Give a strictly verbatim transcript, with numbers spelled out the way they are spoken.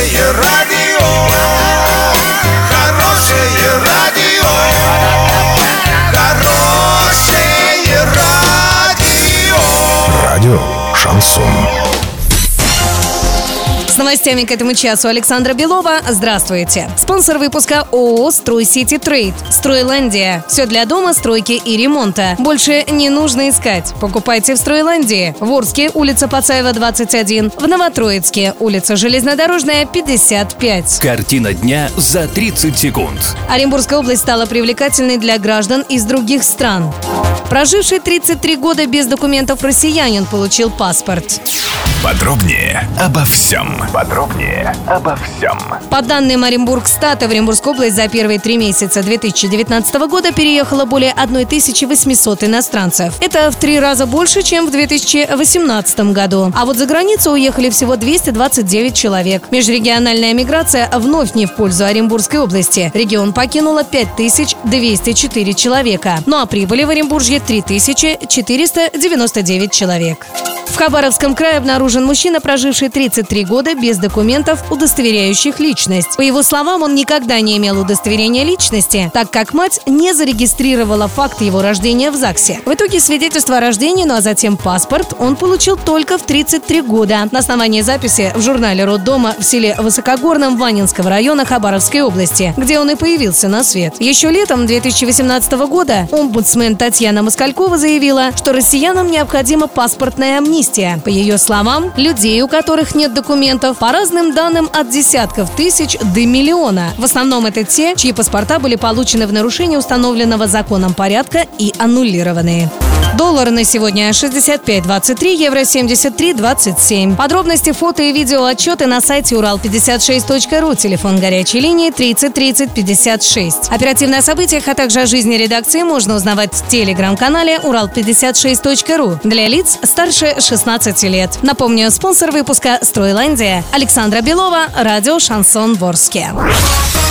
Хорошее радио, хорошее радио, хорошее радио. Радио Шансон. С новостями к этому часу Александра Белова. Здравствуйте. Спонсор выпуска ООО «Стройсити Трейд». Стройландия. Все для дома, стройки и ремонта. Больше не нужно искать. Покупайте в Стройландии. В Орске, улица Пацаева, двадцать один. В Новотроицке, улица Железнодорожная, пятьдесят пять. Картина дня за тридцать секунд. Оренбургская область стала привлекательной для граждан из других стран. Проживший тридцать три года без документов россиянин получил паспорт. Подробнее обо всем. Подробнее обо всем. По данным Оренбургстата, в Оренбургскую область за первые три месяца две тысячи девятнадцатого года переехало более тысяча восемьсот иностранцев. Это в три раза больше, чем в две тысячи восемнадцатом году. А вот за границу уехали всего двести двадцать девять человек. Межрегиональная миграция вновь не в пользу Оренбургской области. Регион покинуло пять тысяч двести четыре человека. Ну а прибыли в Оренбуржье три тысячи четыреста девяносто девять человек. В Хабаровском крае обнаружен мужчина, проживший тридцать три года без документов, удостоверяющих личность. По его словам, он никогда не имел удостоверения личности, так как мать не зарегистрировала факт его рождения в ЗАГСе. В итоге свидетельство о рождении, ну а затем паспорт он получил только в тридцать три года на основании записи в журнале роддома в селе Высокогорном Ванинского района Хабаровской области, где он и появился на свет. Еще летом две тысячи восемнадцатого года омбудсмен Татьяна Москалькова заявила, что россиянам необходима паспортная амнистия. По ее словам, людей, у которых нет документов, по разным данным от десятков тысяч до миллиона. В основном это те, чьи паспорта были получены в нарушении установленного законом порядка и аннулированы. Доллар на сегодня шестьдесят пять двадцать три, евро семьдесят три двадцать семь. Подробности, фото и видео отчеты на сайте урал пятьдесят шесть точка ру, телефон горячей линии тридцать тридцать пятьдесят шесть. Оперативно о событиях, а также о жизни редакции можно узнавать в телеграм-канале урал пятьдесят шесть точка ру для лиц старше шестнадцати лет. Напомню, спонсор выпуска «Стройландия». Александра Белова, радио «Шансон» в Орске.